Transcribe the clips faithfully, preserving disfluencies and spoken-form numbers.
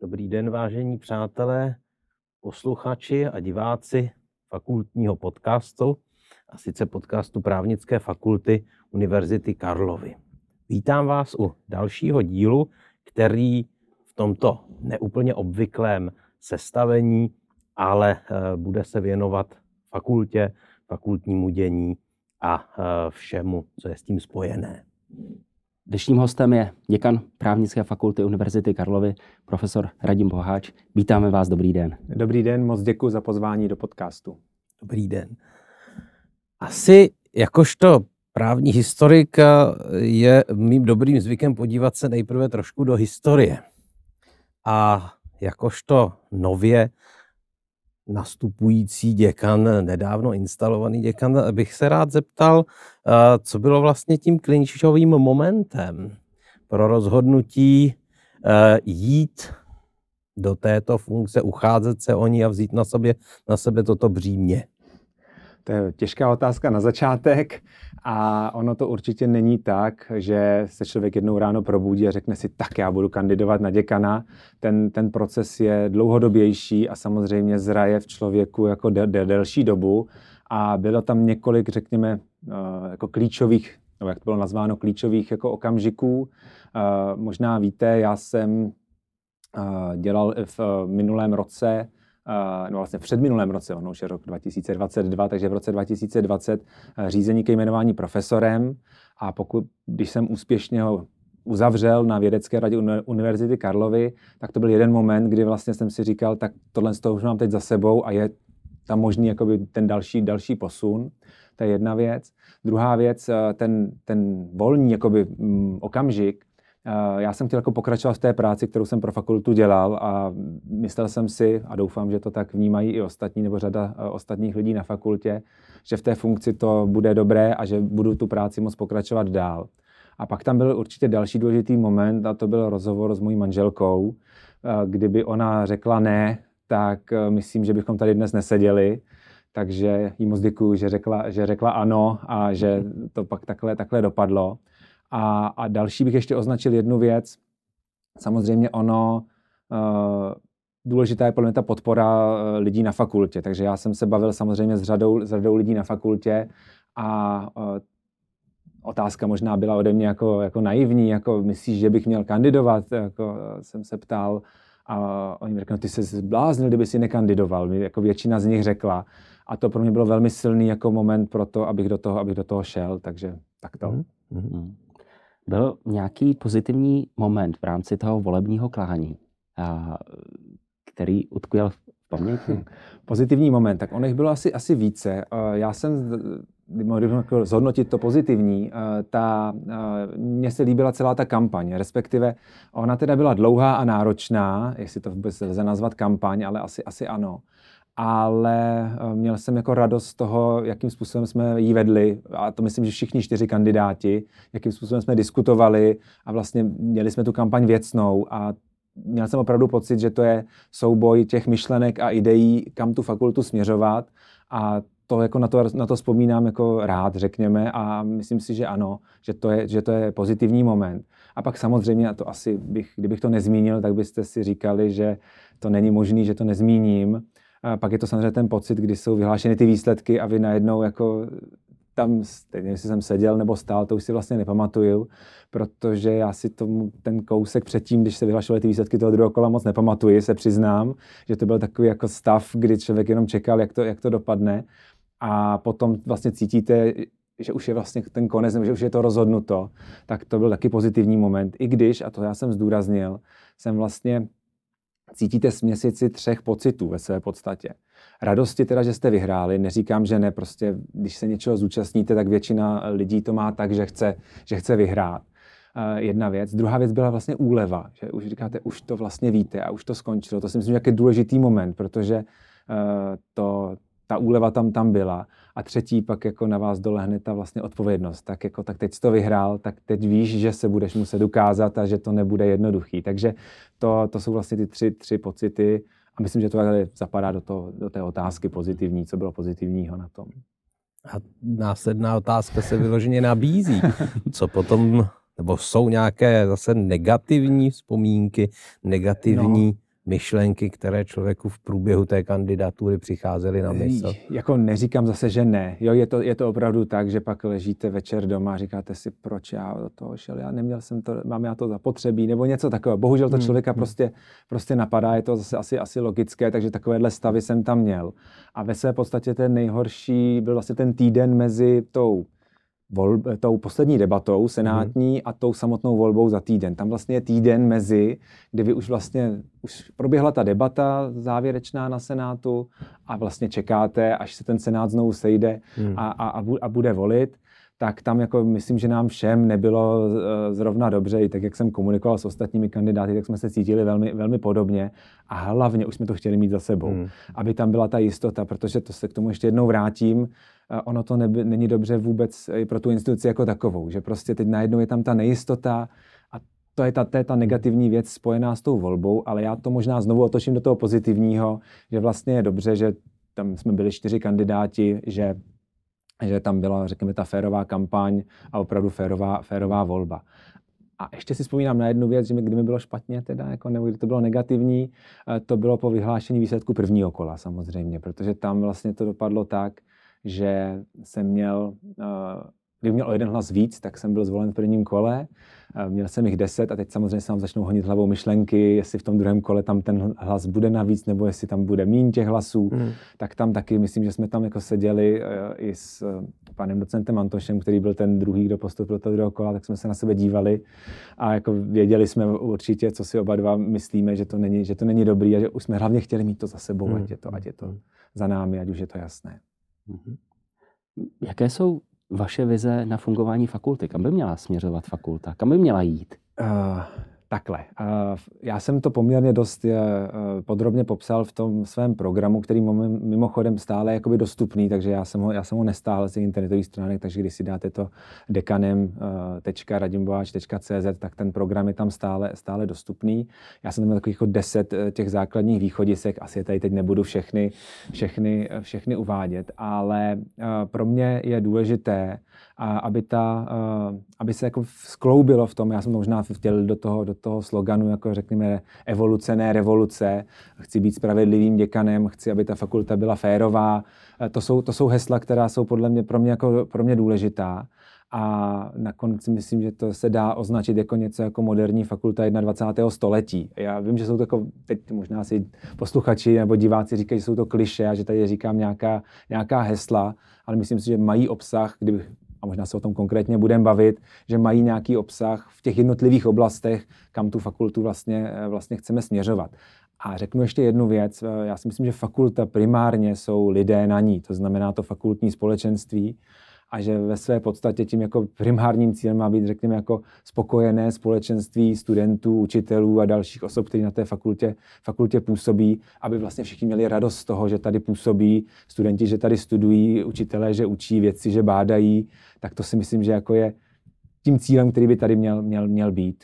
Dobrý den, vážení přátelé, posluchači a diváci fakultního podcastu, a sice podcastu Právnické fakulty Univerzity Karlovy. Vítám vás u dalšího dílu, který v tomto neúplně obvyklém sestavení, ale bude se věnovat fakultě, fakultnímu dění a všemu, co je s tím spojené. Dnešním hostem je děkan Právnické fakulty Univerzity Karlovy, profesor Radim Boháč. Vítáme vás, dobrý den. Dobrý den, moc děkuji za pozvání do podcastu. Dobrý den. Asi jakožto právní historik je mým dobrým zvykem podívat se nejprve trošku do historie. A jakožto nově nastupující děkan, nedávno instalovaný děkan, bych se rád zeptal, co bylo vlastně tím klinčovým momentem pro rozhodnutí jít do této funkce, ucházet se o ní a vzít na, sobě, na sebe toto břímě. To je těžká otázka na začátek a ono to určitě není tak, že se člověk jednou ráno probudí a řekne si, tak já budu kandidovat na děkana. Ten, ten proces je dlouhodobější a samozřejmě zraje v člověku jako de, de, delší dobu a bylo tam několik, řekněme, jako klíčových, nebo jak to bylo nazváno, klíčových jako okamžiků. Možná víte, já jsem dělal v minulém roce, no vlastně v předminulém roce, ono už je rok dva tisíce dvacet dva, takže v roce dva tisíce dvacet řízení ke jmenování profesorem a pokud, když jsem úspěšně ho uzavřel na vědecké radě Univerzity Karlovy, tak to byl jeden moment, kdy vlastně jsem si říkal, tak tohle z toho už mám teď za sebou a je tam možný jakoby ten další, další posun. To je jedna věc. Druhá věc, ten, ten volný jakoby, mm, okamžik, já jsem chtěl jako pokračovat v té práci, kterou jsem pro fakultu dělal a myslel jsem si, a doufám, že to tak vnímají i ostatní nebo řada ostatních lidí na fakultě, že v té funkci to bude dobré a že budu tu práci moct pokračovat dál. A pak tam byl určitě další důležitý moment a to byl rozhovor s mojí manželkou. Kdyby ona řekla ne, tak myslím, že bychom tady dnes neseděli. Takže jí moc děkuju, že řekla, že řekla ano a že to pak takhle, takhle dopadlo. A, a další bych ještě označil jednu věc. Samozřejmě ono, uh, důležitá je podle mě ta podpora uh, lidí na fakultě. Takže já jsem se bavil samozřejmě s řadou, s řadou lidí na fakultě a uh, otázka možná byla ode mě jako, jako naivní, jako myslíš, že bych měl kandidovat, jako uh, jsem se ptal. A oni mi řekli, no, ty se zbláznil, kdyby si nekandidoval. Mi jako většina z nich řekla. A to pro mě bylo velmi silný jako moment pro to, abych do toho, abych do toho šel. Takže takto. Mm-hmm. Byl nějaký pozitivní moment v rámci toho volebního klání, který utkvěl v paměti? Pozitivní moment, tak ono jich bylo asi, asi více. Já jsem, když zhodnotit to pozitivní, ta, mně se líbila celá ta kampaň, respektive ona teda byla dlouhá a náročná, jestli to vůbec lze nazvat kampaň, ale asi, asi ano. Ale měl jsem jako radost z toho, jakým způsobem jsme ji vedli, a to myslím, že všichni čtyři kandidáti, jakým způsobem jsme diskutovali a vlastně měli jsme tu kampaň věcnou a měl jsem opravdu pocit, že to je souboj těch myšlenek a ideí, kam tu fakultu směřovat a to jako na to, na to vzpomínám jako rád, řekněme, a myslím si, že ano, že to je, že to je pozitivní moment. A pak samozřejmě, a to asi bych, kdybych to nezmínil, tak byste si říkali, že to není možné, že to nezmíním. A pak je to samozřejmě ten pocit, kdy jsou vyhlášeny ty výsledky a vy najednou jako tam, nevím, jestli jsem seděl nebo stál, to už si vlastně nepamatuju, protože já si tomu ten kousek předtím, když se vyhlašovaly ty výsledky toho druhého kola, moc nepamatuji, se přiznám, že to byl takový jako stav, kdy člověk jenom čekal, jak to, jak to dopadne a potom vlastně cítíte, že už je vlastně ten konec, nebo že už je to rozhodnuto, tak to byl taky pozitivní moment. I když, a to já jsem zdůraznil, jsem vlastně cítíte směsici třech pocitů ve své podstatě. Radosti teda, že jste vyhráli, neříkám, že ne, prostě když se něčeho zúčastníte, tak většina lidí to má tak, že chce, že chce vyhrát. Uh, jedna věc. Druhá věc byla vlastně úleva, že už říkáte, už to vlastně víte a už to skončilo. To si myslím, že je důležitý moment, protože uh, to, ta úleva tam tam byla. A třetí pak jako na vás dolehne ta vlastně odpovědnost. Tak jako tak teď jsi to vyhrál, tak teď víš, že se budeš muset ukázat a že to nebude jednoduchý. Takže to, to jsou vlastně ty tři, tři pocity a myslím, že to takhle zapadá do, to, do té otázky pozitivní, co bylo pozitivního na tom. A následná otázka se vyloženě nabízí. Co potom, nebo jsou nějaké zase negativní vzpomínky, negativní myšlenky, které člověku v průběhu té kandidatury přicházely na mysl? Jako neříkám zase, že ne. Jo, je to, je to opravdu tak, že pak ležíte večer doma a říkáte si, proč já do toho šel, já neměl jsem to, mám já to zapotřebí, nebo něco takového. Bohužel to člověka hmm. prostě, prostě napadá, je to zase asi, asi logické, takže takovéhle stavy jsem tam měl. A ve své podstatě ten nejhorší byl vlastně ten týden mezi tou Vol, tou poslední debatou senátní hmm. a tou samotnou volbou za týden. Tam vlastně je týden mezi, kdy vy už vlastně už proběhla ta debata závěrečná na senátu a vlastně čekáte, až se ten senát znovu sejde hmm. a, a, a bude volit. Tak tam jako myslím, že nám všem nebylo zrovna dobře, i tak, jak jsem komunikoval s ostatními kandidáty, tak jsme se cítili velmi, velmi podobně a hlavně už jsme to chtěli mít za sebou, hmm. aby tam byla ta jistota, protože to se k tomu ještě jednou vrátím, ono to neby, není dobře vůbec i pro tu instituci jako takovou, že prostě teď najednou je tam ta nejistota a to je ta, to je ta negativní věc spojená s tou volbou, ale já to možná znovu otočím do toho pozitivního, že vlastně je dobře, že tam jsme byli čtyři kandidáti, že že tam byla, řekněme, ta férová kampaň a opravdu férová, férová volba. A ještě si vzpomínám na jednu věc, že mi, kdy mi bylo špatně teda, jako, nebo kdy to bylo negativní, to bylo po vyhlášení výsledku prvního kola samozřejmě, protože tam vlastně to dopadlo tak, že jsem měl, kdyby měl o jeden hlas víc, tak jsem byl zvolen v prvním kole, měl jsem jich deset a teď samozřejmě se nám začnou honit hlavou myšlenky, jestli v tom druhém kole tam ten hlas bude navíc, nebo jestli tam bude míň těch hlasů, hmm. tak tam taky myslím, že jsme tam jako seděli i s panem docentem Antošem, který byl ten druhý, kdo postoupil do toho druhého kola, tak jsme se na sebe dívali a jako věděli jsme určitě, co si oba dva myslíme, že to není, že to není dobrý a že už jsme hlavně chtěli mít to za sebou, hmm. ať je to, ať je to za námi, ať už je to jasné. Hmm. Jaké jsou vaše vize na fungování fakulty? Kam by měla směřovat fakulta? Kam by měla jít? Uh, takhle. Uh, já jsem to poměrně dost uh, podrobně popsal v tom svém programu, který mimochodem stále je jakoby dostupný, takže já jsem ho, já jsem ho nestáhl z těch internetových stránek, takže když si dáte to dekanem tečka radimboháč tečka cé zet, tak ten program je tam stále, stále dostupný. Já jsem tam měl takových jako deset těch základních východisek, asi je tady teď nebudu všechny, všechny, všechny uvádět, ale uh, pro mě je důležité, a aby, ta, aby se jako skloubilo v tom, já jsem to možná vtělil do toho, do toho sloganu, jako řekněme evoluce, ne revoluce, chci být spravedlivým děkanem, chci, aby ta fakulta byla férová. To jsou, to jsou hesla, která jsou podle mě pro mě, jako, pro mě důležitá. A nakonec si myslím, že to se dá označit jako něco jako moderní fakulta dvacátého prvního století. Já vím, že jsou to jako, teď možná si posluchači nebo diváci říkají, že jsou to klišé a že tady říkám nějaká, nějaká hesla, ale myslím si, že mají obsah, kdyby a možná se o tom konkrétně budeme bavit, že mají nějaký obsah v těch jednotlivých oblastech, kam tu fakultu vlastně, vlastně chceme směřovat. A řeknu ještě jednu věc. Já si myslím, že fakulta primárně jsou lidé na ní, to znamená to fakultní společenství, a že ve své podstatě tím jako primárním cílem má být, řekněme, jako spokojené společenství studentů, učitelů a dalších osob, kteří na té fakultě, fakultě působí, aby vlastně všichni měli radost z toho, že tady působí studenti, že tady studují, učitelé, že učí věci, že bádají, tak to si myslím, že jako je tím cílem, který by tady měl, měl, měl být.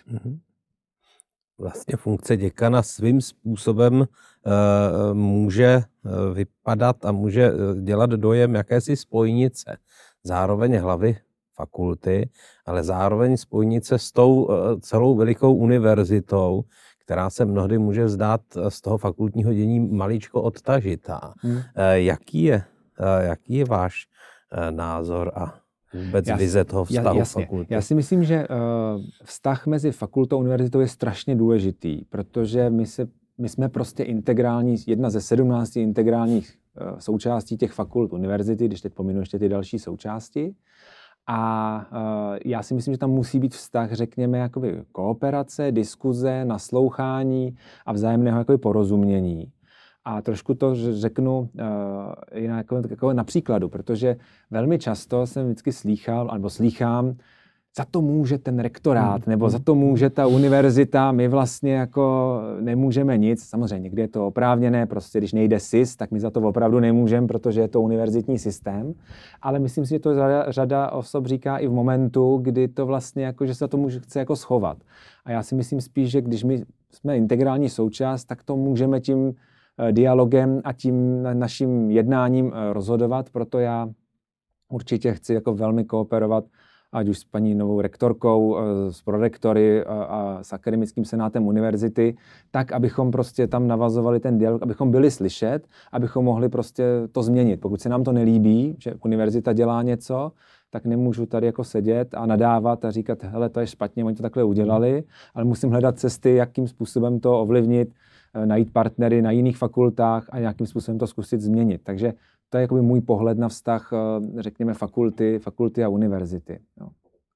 Vlastně funkce děkana svým způsobem uh, může vypadat a může dělat dojem jakési spojnice. Zároveň hlavy fakulty, ale zároveň spojnice s tou celou velikou univerzitou, která se mnohdy může zdát z toho fakultního dění maličko odtažitá. Hmm. Jaký je, jaký je váš názor a vůbec já, vize toho vztahu jasně. fakulty? Já si myslím, že vztah mezi fakultou a univerzitou je strašně důležitý, protože my, se, my jsme prostě integrální, jedna ze sedmnácti integrálních součástí těch fakult univerzity, když teď pominu ještě ty další součásti. A uh, já si myslím, že tam musí být vztah, řekněme, jakoby kooperace, diskuze, naslouchání a vzájemného jakoby porozumění. A trošku to řeknu uh, jako, jako na příkladu, protože velmi často jsem vždycky slýchal, nebo slýchám, za to může ten rektorát, nebo za to může ta univerzita, my vlastně jako nemůžeme nic. Samozřejmě někdy je to oprávněné, prostě když nejde S I S, tak my za to opravdu nemůžeme, protože je to univerzitní systém. Ale myslím si, že to řada, řada osob říká i v momentu, kdy to vlastně jako, že se to může, chce jako schovat. A já si myslím spíš, že když my jsme integrální součást, tak to můžeme tím dialogem a tím naším jednáním rozhodovat. Proto já určitě chci jako velmi kooperovat ať už s paní novou rektorkou, s prorektory a, a s akademickým senátem univerzity, tak, abychom prostě tam navazovali ten dialog, abychom byli slyšet, abychom mohli prostě to změnit. Pokud se nám to nelíbí, že univerzita dělá něco, tak nemůžu tady jako sedět a nadávat a říkat, hele, to je špatně, oni to takhle udělali, ale musím hledat cesty, jakým způsobem to ovlivnit, najít partnery na jiných fakultách a nějakým způsobem to zkusit změnit. Takže to je jakoby můj pohled na vztah, řekněme, fakulty, fakulty a univerzity. Jo.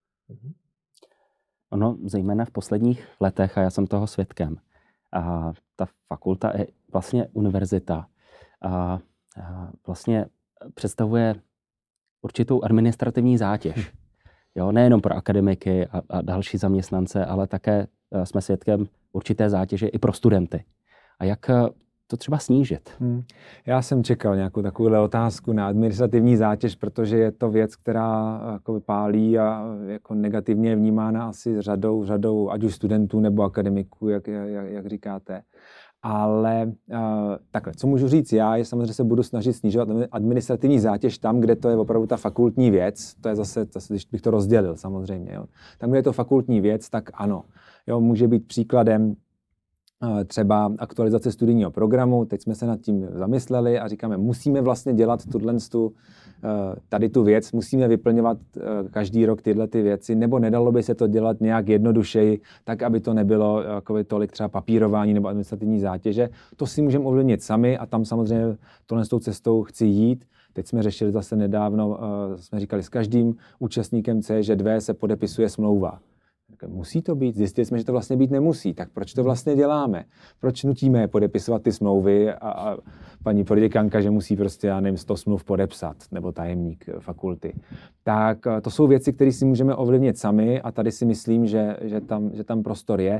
Ono, zejména v posledních letech, a já jsem toho svědkem, a ta fakulta je vlastně univerzita. A, a vlastně představuje určitou administrativní zátěž. Jo, nejenom pro akademiky a, a další zaměstnance, ale také jsme svědkem určité zátěže i pro studenty. A jak to třeba snížit? Hmm. Já jsem čekal nějakou takovouhle otázku na administrativní zátěž, protože je to věc, která jako pálí a jako negativně je vnímána asi řadou, řadou ať už studentů nebo akademiků, jak, jak, jak říkáte. Ale uh, takhle, co můžu říct já, je samozřejmě, že se budu snažit snižovat administrativní zátěž tam, kde to je opravdu ta fakultní věc. To je zase, zase když bych to rozdělil samozřejmě. Jo. Tam, kde je to fakultní věc, tak ano. Jo, může být příkladem uh, třeba aktualizace studijního programu. Teď jsme se nad tím zamysleli a říkáme, musíme vlastně dělat tu, tady tu věc, musíme vyplňovat každý rok tyhle ty věci, nebo nedalo by se to dělat nějak jednodušeji, tak, aby to nebylo jako tolik třeba papírování nebo administrativní zátěže. To si můžeme ovlivnit sami a tam samozřejmě tohle s tou cestou chci jít. Teď jsme řešili zase nedávno, jsme říkali, s každým účastníkem C Ž dva se podepisuje smlouva. Musí to být? Zjistili jsme, že to vlastně být nemusí. Tak proč to vlastně děláme? Proč nutíme podepisovat ty smlouvy a, a paní proděkanka, že musí prostě, já nevím, sto smluv podepsat, nebo tajemník fakulty. Tak to jsou věci, které si můžeme ovlivnit sami a tady si myslím, že, že, tam, že tam prostor je.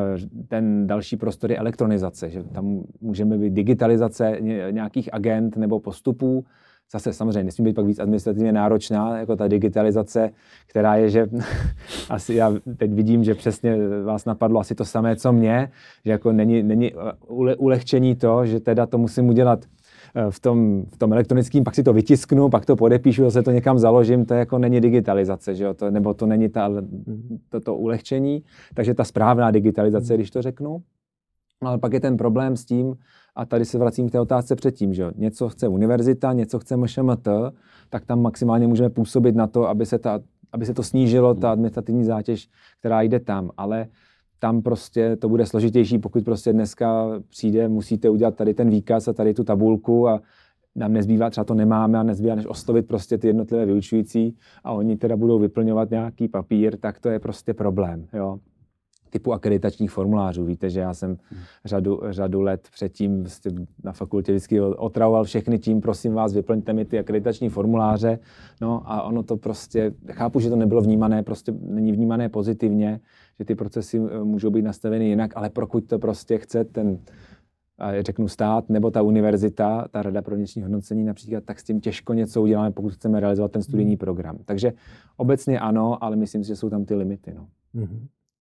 Ten další prostor je elektronizace, že tam můžeme být digitalizace nějakých agent nebo postupů. Zase samozřejmě nesmí být pak víc administrativně náročná, jako ta digitalizace, která je, že asi já teď vidím, že přesně vás napadlo asi to samé, co mě, že jako není, není ule, ulehčení to, že teda to musím udělat v tom, v tom elektronickém, pak si to vytisknu, pak to podepíšu, zase to někam založím, to jako není digitalizace, že jo? To, nebo to není ta, to, to ulehčení, takže ta správná digitalizace, když to řeknu. Ale pak je ten problém s tím, a tady se vracím k té otázce předtím, že něco chce univerzita, něco chce M Š M T, tak tam maximálně můžeme působit na to, aby se, ta, aby se to snížilo, ta administrativní zátěž, která jde tam. Ale tam prostě to bude složitější, pokud prostě dneska přijde, musíte udělat tady ten výkaz a tady tu tabulku a nám nezbývá, třeba to nemáme a nezbývá, než oslovit prostě ty jednotlivé vyučující a oni teda budou vyplňovat nějaký papír, tak to je prostě problém, jo. Typu akreditačních formulářů. Víte, že já jsem řadu, řadu let předtím na fakultě vždycky otravoval všechny tím, prosím vás, vyplňte mi ty akreditační formuláře. No a ono to prostě, chápu, že to nebylo vnímané, prostě není vnímané pozitivně, že ty procesy můžou být nastaveny jinak, ale pokud to prostě chce ten, řeknu stát, nebo ta univerzita, ta Rada pro vnitřní hodnocení například, tak s tím těžko něco uděláme, pokud chceme realizovat ten studijní program. Takže obecně ano, ale myslím si, že jsou tam ty limity. No. Mm-hmm.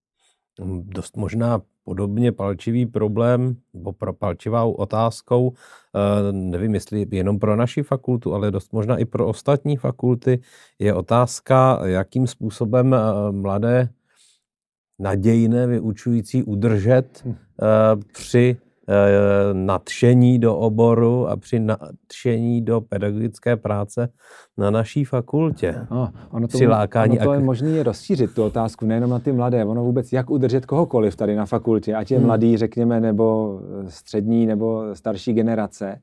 Dost možná podobně palčivý problém, nebo pro palčivou otázkou, nevím, jestli jenom pro naši fakultu, ale dost možná i pro ostatní fakulty, je otázka, jakým způsobem mladé nadějné vyučující udržet při nadšení do oboru a při nadšení do pedagogické práce na naší fakultě. No, ono to, ono to je možné je rozšířit tu otázku, nejenom na ty mladé, ono vůbec jak udržet kohokoliv tady na fakultě, ať je hmm. mladý, řekněme, nebo střední, nebo starší generace,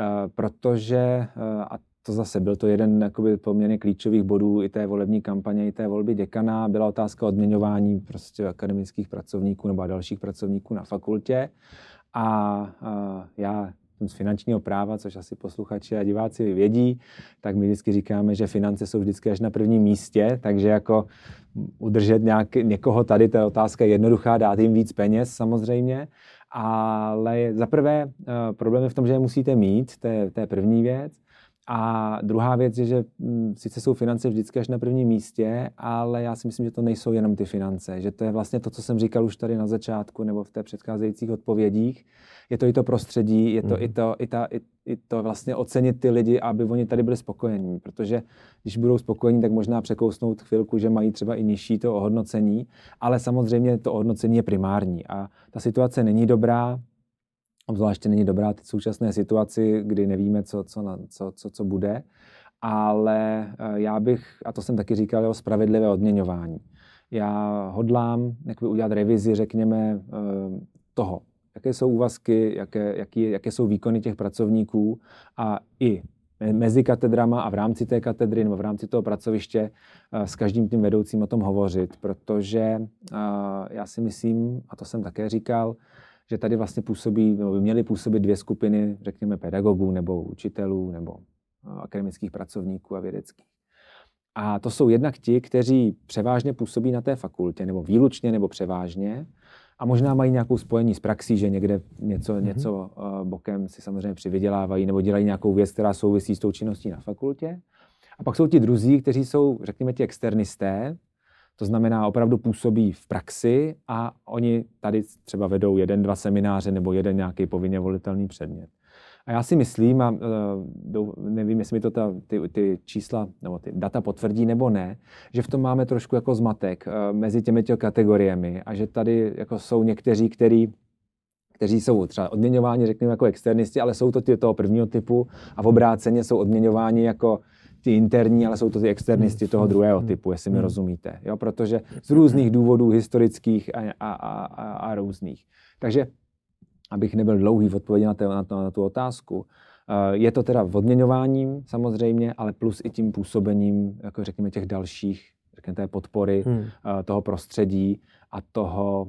protože, a to zase byl to jeden jakoby poměrně klíčových bodů i té volební kampaně, i té volby děkana, byla otázka odměňování prostě akademických pracovníků nebo dalších pracovníků na fakultě. A, a já jsem z finančního práva, což asi posluchači a diváci vědí, tak my vždycky říkáme, že finance jsou vždycky až na prvním místě, takže jako udržet nějak, někoho tady, ta otázka je jednoduchá, dát jim víc peněz samozřejmě, ale za prvé problém je v tom, že je musíte mít, to je, to je první věc, A druhá věc je, že hm, sice jsou finance vždycky až na prvním místě, ale já si myslím, že to nejsou jenom ty finance, že to je vlastně to, co jsem říkal už tady na začátku nebo v té předcházejících odpovědích. Je to i to prostředí, je to mm. i, to, i, ta, i, i to vlastně ocenit ty lidi, aby oni tady byli spokojení, protože když budou spokojení, tak možná překousnout chvilku, že mají třeba i nižší to ohodnocení, ale samozřejmě to ohodnocení je primární a ta situace není dobrá. Obzvláště není dobrá v současné situaci, kdy nevíme, co, co, na, co, co, co bude, ale já bych, a to jsem taky říkal, o spravedlivé odměňování. Já hodlám udělat revizi, řekněme, toho, jaké jsou úvazky, jaké, jaký, jaké jsou výkony těch pracovníků a i mezi katedrama a v rámci té katedry nebo v rámci toho pracoviště s každým tím vedoucím o tom hovořit, protože já si myslím, a to jsem také říkal, že tady vlastně působí, nebo by měly působit dvě skupiny, řekněme pedagogů nebo učitelů nebo akademických pracovníků a vědeckých. A to jsou jednak ti, kteří převážně působí na té fakultě, nebo výlučně, nebo převážně, a možná mají nějakou spojení s praxí, že někde něco, mm-hmm. něco bokem si samozřejmě přivydělávají, nebo dělají nějakou věc, která souvisí s tou činností na fakultě. A pak jsou ti druzí, kteří jsou, řekněme, ti externisté, to znamená, opravdu působí v praxi a oni tady třeba vedou jeden, dva semináře nebo jeden nějaký povinně volitelný předmět. A já si myslím, a nevím, jestli mi to ta, ty, ty čísla nebo ty data potvrdí nebo ne, že v tom máme trošku jako zmatek mezi těmi kategoriemi a že tady jako jsou někteří, který, kteří jsou třeba odměňováni, řekněme, jako externisti, ale jsou to ty toho prvního typu a v obráceně jsou odměňováni jako ty interní, ale jsou to ty externisti toho druhého typu, jestli mi rozumíte. Jo? Protože z různých důvodů historických a, a, a, a různých. Takže, abych nebyl dlouhý v odpovědi na, na, na tu otázku, je to teda odměňováním samozřejmě, ale plus i tím působením, jako řekněme, těch dalších, řekněme, té podpory, hmm. toho prostředí a toho,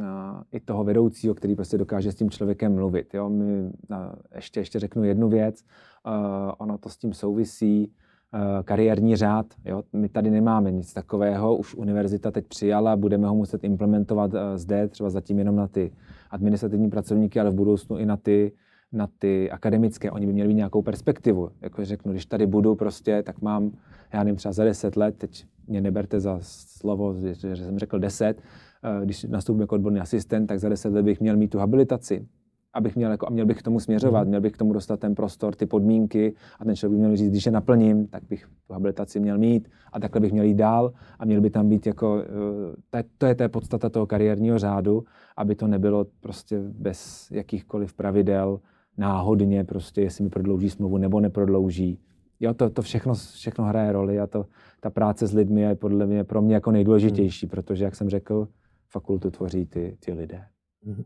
i toho vedoucího, který prostě dokáže s tím člověkem mluvit. Jo? My, ještě, ještě řeknu jednu věc, ono to s tím souvisí, kariérní řád. Jo? My tady nemáme nic takového, už univerzita teď přijala, budeme ho muset implementovat zde, třeba zatím jenom na ty administrativní pracovníky, ale v budoucnu i na ty, na ty akademické. Oni by měli mít nějakou perspektivu. Jako řeknu, když tady budu prostě, tak mám, já nevím, třeba za deset let, teď mě neberte za slovo, že, že jsem řekl deset, když nastoupím jako odborný asistent, tak za deset let bych měl mít tu habilitaci. Abych měl, jako, a měl bych k tomu směřovat, měl bych k tomu dostat ten prostor, ty podmínky a ten člověk by měl říct, když je naplním, tak bych tu habilitaci měl mít a takhle bych měl jít dál a měl by tam být jako, to je ta podstata toho kariérního řádu, aby to nebylo prostě bez jakýchkoliv pravidel, náhodně prostě, jestli mi prodlouží smlouvu nebo neprodlouží. Jo, to, to všechno, všechno hraje roli a to, ta práce s lidmi je podle mě pro mě jako nejdůležitější, hmm. protože, jak jsem řekl, fakultu tvoří ty, ty lidé. Hmm.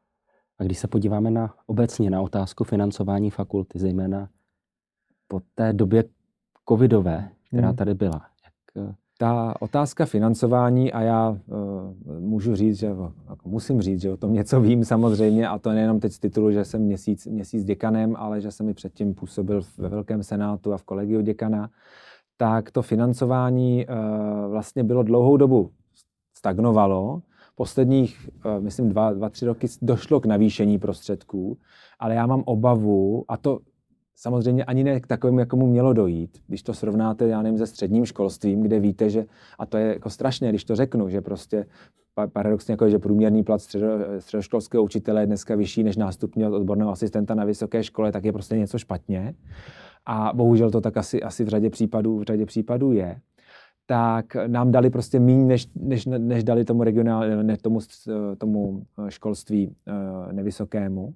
A když se podíváme na obecně na otázku financování fakulty, zejména po té době covidové, která tady byla. Jak... Ta otázka financování, a já uh, můžu říct, že jako musím říct, že o tom něco vím samozřejmě, a to nejenom teď z titulu, že jsem měsíc, měsíc děkanem, ale že jsem i předtím působil ve Velkém senátu a v kolegiu děkana, tak to financování uh, vlastně bylo dlouhou dobu stagnovalo. Posledních, myslím, dva, dva, tři roky došlo k navýšení prostředků, ale já mám obavu, a to samozřejmě ani ne k takovému, jakomu mělo dojít. Když to srovnáte, já nevím, se středním školstvím, kde víte, že, a to je jako strašné, když to řeknu, že prostě paradoxně jako, že průměrný plat středo, středoškolského učitele je dneska vyšší než nástupního odborného asistenta na vysoké škole, tak je prostě něco špatně. A bohužel to tak asi, asi v řadě případů, v řadě případů je. Tak nám dali prostě míň, než, než, než dali tomu regionál, ne, tomu, tomu školství nevysokému.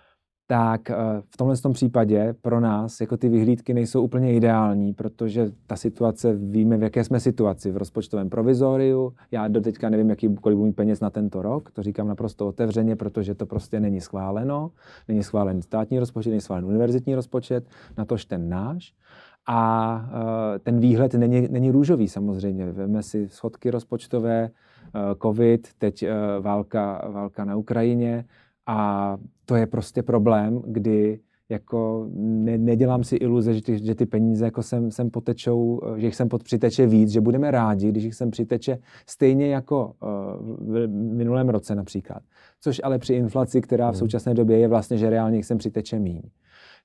Tak v tomhle tom případě pro nás jako ty vyhlídky nejsou úplně ideální, protože ta situace, víme, v jaké jsme situaci v rozpočtovém provizoriu. Já doteďka nevím, jaký, kolik budu mít peněz na tento rok, to říkám naprosto otevřeně, protože to prostě není schváleno. Není schválen státní rozpočet, není schválen univerzitní rozpočet, natož ten náš. A uh, ten výhled není, není růžový samozřejmě. Veme si schodky rozpočtové, uh, covid, teď uh, válka, válka na Ukrajině a to je prostě problém, kdy jako ne, nedělám si iluze, že ty, že ty peníze jako sem, sem potečou, že jich sem přiteče víc, že budeme rádi, když jich sem přiteče stejně jako uh, v minulém roce například. Což ale při inflaci, která v současné době je vlastně, že reálně jich sem přiteče míň.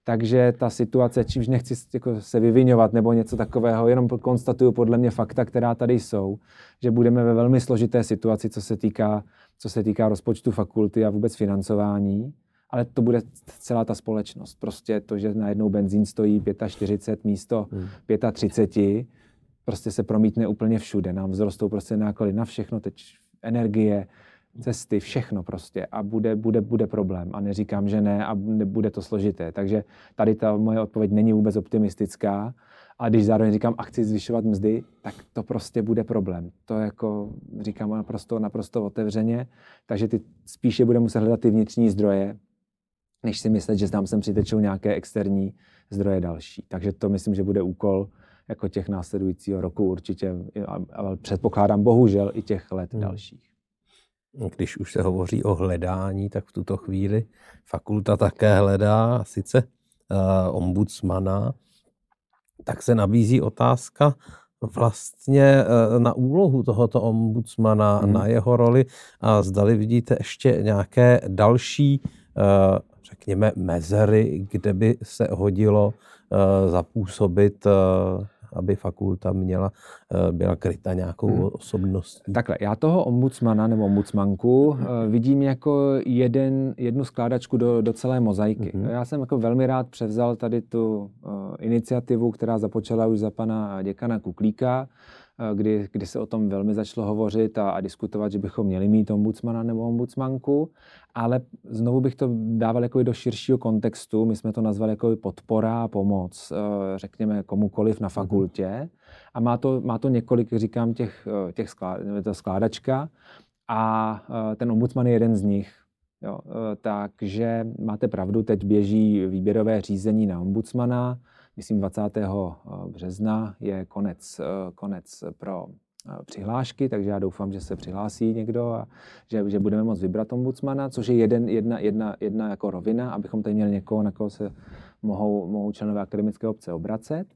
Takže ta situace, čímž nechci jako se vyviňovat nebo něco takového, jenom konstatuju podle mě fakta, která tady jsou, že budeme ve velmi složité situaci, co se týká, co se týká rozpočtu fakulty a vůbec financování, ale to bude celá ta společnost. Prostě to, že najednou benzín stojí čtyřicet pět místo hmm. třicet pět, prostě se promítne úplně všude. Nám vzrostou prostě náklady na všechno, teď energie, cesty, všechno prostě a bude, bude, bude problém. A neříkám, že ne a bude to složité. Takže tady ta moje odpověď není vůbec optimistická. A když zároveň říkám a chci zvyšovat mzdy, tak to prostě bude problém. To jako říkám naprosto, naprosto otevřeně. Takže ty spíše bude muset hledat ty vnitřní zdroje, než si myslet, že tam sem přitečou nějaké externí zdroje další. Takže to myslím, že bude úkol jako těch následujícího roku určitě, ale předpokládám bohužel i těch let hmm. dalších. Když už se hovoří o hledání, tak v tuto chvíli fakulta také hledá sice uh, ombudsmana, tak se nabízí otázka vlastně uh, na úlohu tohoto ombudsmana, hmm. na jeho roli a zdali vidíte ještě nějaké další, uh, řekněme, mezery, kde by se hodilo uh, zapůsobit, uh, aby fakulta měla, byla kryta nějakou hmm. osobností. Takhle, já toho ombudsmana nebo ombudsmanku hmm. vidím jako jeden, jednu skládačku do, do celé mozaiky. Hmm. Já jsem jako velmi rád převzal tady tu uh, iniciativu, která započala už za pana děkana Kuklíka, uh, kdy, kdy se o tom velmi začalo hovořit a, a diskutovat, že bychom měli mít ombudsmana nebo ombudsmanku, ale znovu bych to dával jako do širšího kontextu. My jsme to nazvali jako podpora a pomoc, uh, řekněme komukoliv na fakultě. A má to, má to několik, říkám, těch, těch sklád, to skládačka a ten ombudsman je jeden z nich. Jo, takže máte pravdu, teď běží výběrové řízení na ombudsmana. Myslím dvacátého března je konec, konec pro přihlášky, takže já doufám, že se přihlásí někdo a že, že budeme moct vybrat ombudsmana, což je jeden, jedna, jedna, jedna jako rovina, abychom tady měli někoho, na koho se mohou, mohou členové akademické obce obracet.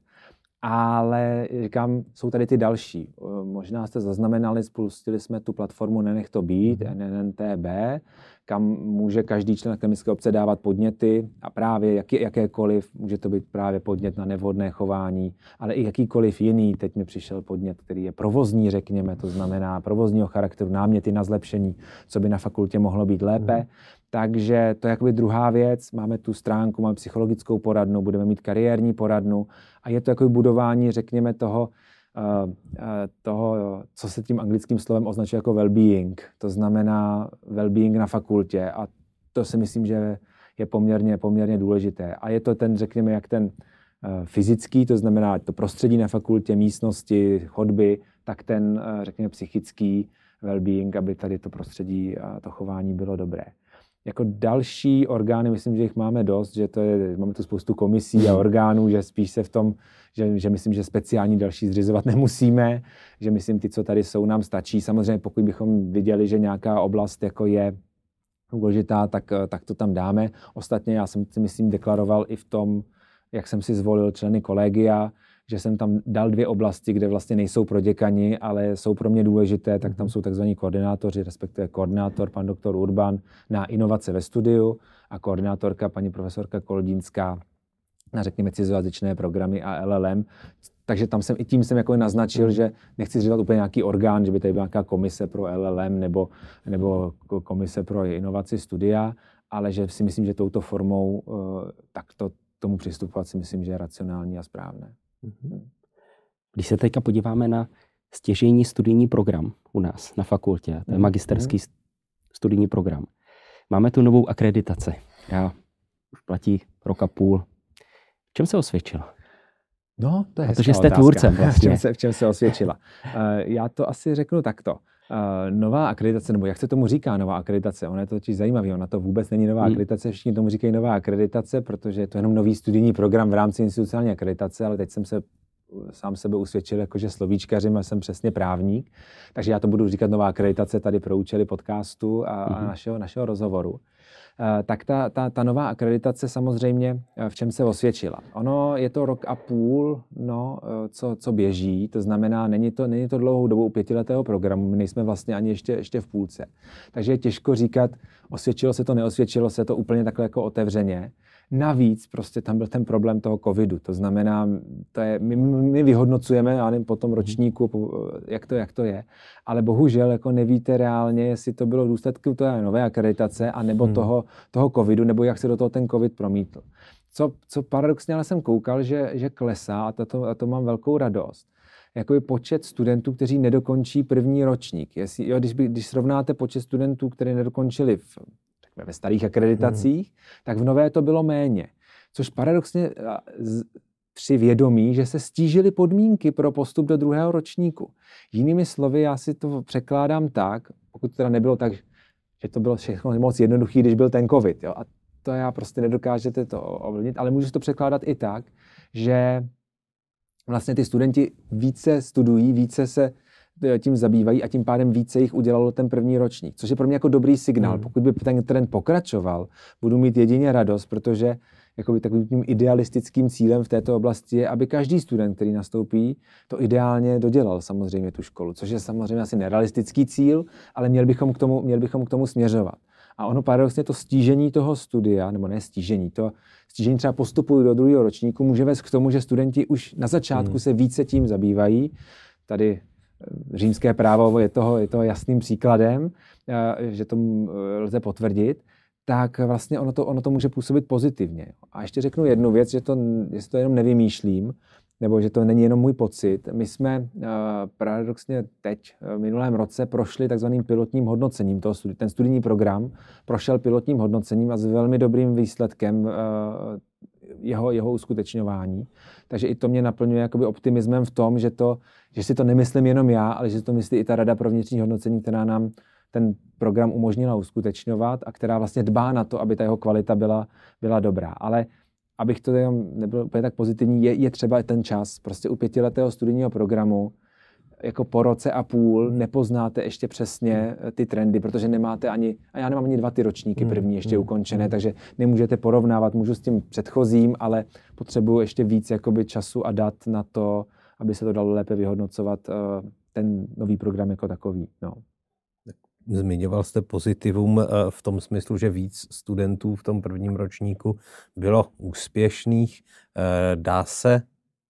Ale říkám, jsou tady ty další. Možná jste zaznamenali, spustili jsme tu platformu Nenech to být, N N N T B, kam může každý člen akademické obce dávat podněty a právě jaký, jakékoliv, může to být právě podnět na nevhodné chování, ale i jakýkoliv jiný. Teď mi přišel podnět, který je provozní, řekněme, to znamená provozního charakteru, náměty na zlepšení, co by na fakultě mohlo být lépe. Hmm. Takže to je jakoby druhá věc. Máme tu stránku, máme psychologickou poradnu, budeme mít kariérní poradnu a je to jako budování, řekněme, toho, uh, toho, co se tím anglickým slovem označuje jako well-being. To znamená well-being na fakultě a to si myslím, že je poměrně, poměrně důležité. A je to ten, řekněme, jak ten uh, fyzický, to znamená to prostředí na fakultě, místnosti, chodby, tak ten, uh, řekněme, psychický well-being, aby tady to prostředí a to chování bylo dobré. Jako další orgány, myslím, že jich máme dost, že to je, máme tu spoustu komisí a orgánů, že spíš se v tom, že, že myslím, že speciální další zřizovat nemusíme, že myslím, ty, co tady jsou, nám stačí. Samozřejmě, pokud bychom viděli, že nějaká oblast jako je důležitá, tak, tak to tam dáme. Ostatně já jsem si, myslím, deklaroval i v tom, jak jsem si zvolil členy kolegia, že jsem tam dal dvě oblasti, kde vlastně nejsou pro děkani, ale jsou pro mě důležité, tak tam jsou takzvaní koordinátoři, respektive koordinátor, pan doktor Urban na inovace ve studiu a koordinátorka, paní profesorka Koldínská na, řekněme, cizojazyčné programy a L L M. Takže tam jsem i tím jsem jako naznačil, mm. že nechci zřívat úplně nějaký orgán, že by tady byla nějaká komise pro L L M nebo, nebo komise pro inovaci studia, ale že si myslím, že touto formou takto tomu přistupovat si myslím, že je racionální a správné. Když se teďka podíváme na stěžejní studijní program u nás na fakultě, to je magisterský mm. studijní program. Máme tu novou akreditaci. Já už platí rok a půl. V čem se osvědčila? No, to je Protože jste tvůrcem vlastně. V čem se, v čem se osvědčila? Já to asi řeknu takto. Nová akreditace, nebo jak se tomu říká nová akreditace, ona je to totiž zajímavý, ona to vůbec není nová hmm. akreditace, všichni tomu říkají nová akreditace, protože je to jenom nový studijní program v rámci institucionální akreditace, ale teď jsem se sám sebe usvědčil, jakože slovíčkařím a jsem přesně právník, takže já to budu říkat nová akreditace tady pro účely podcastu a, hmm. a našeho, našeho rozhovoru. tak ta, ta, ta nová akreditace samozřejmě v čem se osvědčila. Ono je to rok a půl, no, co, co běží, to znamená, není to, není to dlouhou dobu u pětiletého programu, my nejsme vlastně ani ještě, ještě v půlce. Takže je těžko říkat, osvědčilo se to, neosvědčilo se to úplně takhle jako otevřeně. Navíc prostě tam byl ten problém toho covidu, to znamená, to je, my, my vyhodnocujeme, já nevím, po tom ročníku, jak to, jak to je, ale bohužel jako nevíte reálně, jestli to bylo v důsledku té nové akreditace, anebo hmm. toho, toho covidu, nebo jak se do toho ten covid promítl. Co, co paradoxně ale jsem koukal, že, že klesá, a to, a to mám velkou radost, jakoby počet studentů, kteří nedokončí první ročník. Jestli, jo, když, by, když srovnáte počet studentů, kteří nedokončili v ve starých akreditacích, hmm. tak v nové to bylo méně. Což paradoxně při vědomí, že se stížily podmínky pro postup do druhého ročníku. Jinými slovy, já si to překládám tak, pokud teda nebylo tak, že to bylo všechno moc jednoduché, když byl ten covid. Jo? A to já prostě nedokážete to ovlivnit, ale můžu to překládat i tak, že vlastně ty studenti více studují, více se tím zabývají a tím pádem více jich udělalo ten první ročník, což je pro mě jako dobrý signál. Hmm. Pokud by ten trend pokračoval, budu mít jedině radost, protože jakoby takovým tím idealistickým cílem v této oblasti je, aby každý student, který nastoupí, to ideálně dodělal samozřejmě tu školu, což je samozřejmě asi nerealistický cíl, ale měli bychom k tomu, měli bychom k tomu směřovat. A ono paradoxně to stížení toho studia, nebo ne stížení, to stížení třeba postupu do druhého ročníku může vést k tomu, že studenti už na začátku hmm. se více tím zabývají. Tady římské právo je toho, je toho jasným příkladem, že to lze potvrdit, tak vlastně ono to, ono to může působit pozitivně. A ještě řeknu jednu věc, že to, jestli to jenom nevymýšlím, nebo že to není jenom můj pocit. My jsme uh, paradoxně teď v minulém roce prošli takzvaným pilotním hodnocením. Toho studi- ten studijní program prošel pilotním hodnocením a s velmi dobrým výsledkem uh, jeho, jeho uskutečňování. Takže i to mě naplňuje jakoby optimismem v tom, že, to, že si to nemyslím jenom já, ale že to myslí i ta Rada pro vnitřní hodnocení, která nám ten program umožnila uskutečňovat a která vlastně dbá na to, aby ta jeho kvalita byla, byla dobrá. Ale abych to nebyl úplně tak pozitivní, je, je třeba ten čas. Prostě u pětiletého studijního programu jako po roce a půl nepoznáte ještě přesně ty trendy, protože nemáte ani, a já nemám ani dva ty ročníky první ještě ukončené, takže nemůžete porovnávat, můžu s tím předchozím, ale potřebuji ještě víc jakoby času a dat na to, aby se to dalo lépe vyhodnocovat ten nový program jako takový. No. Zmiňoval jste pozitivum v tom smyslu, že víc studentů v tom prvním ročníku bylo úspěšných. Dá se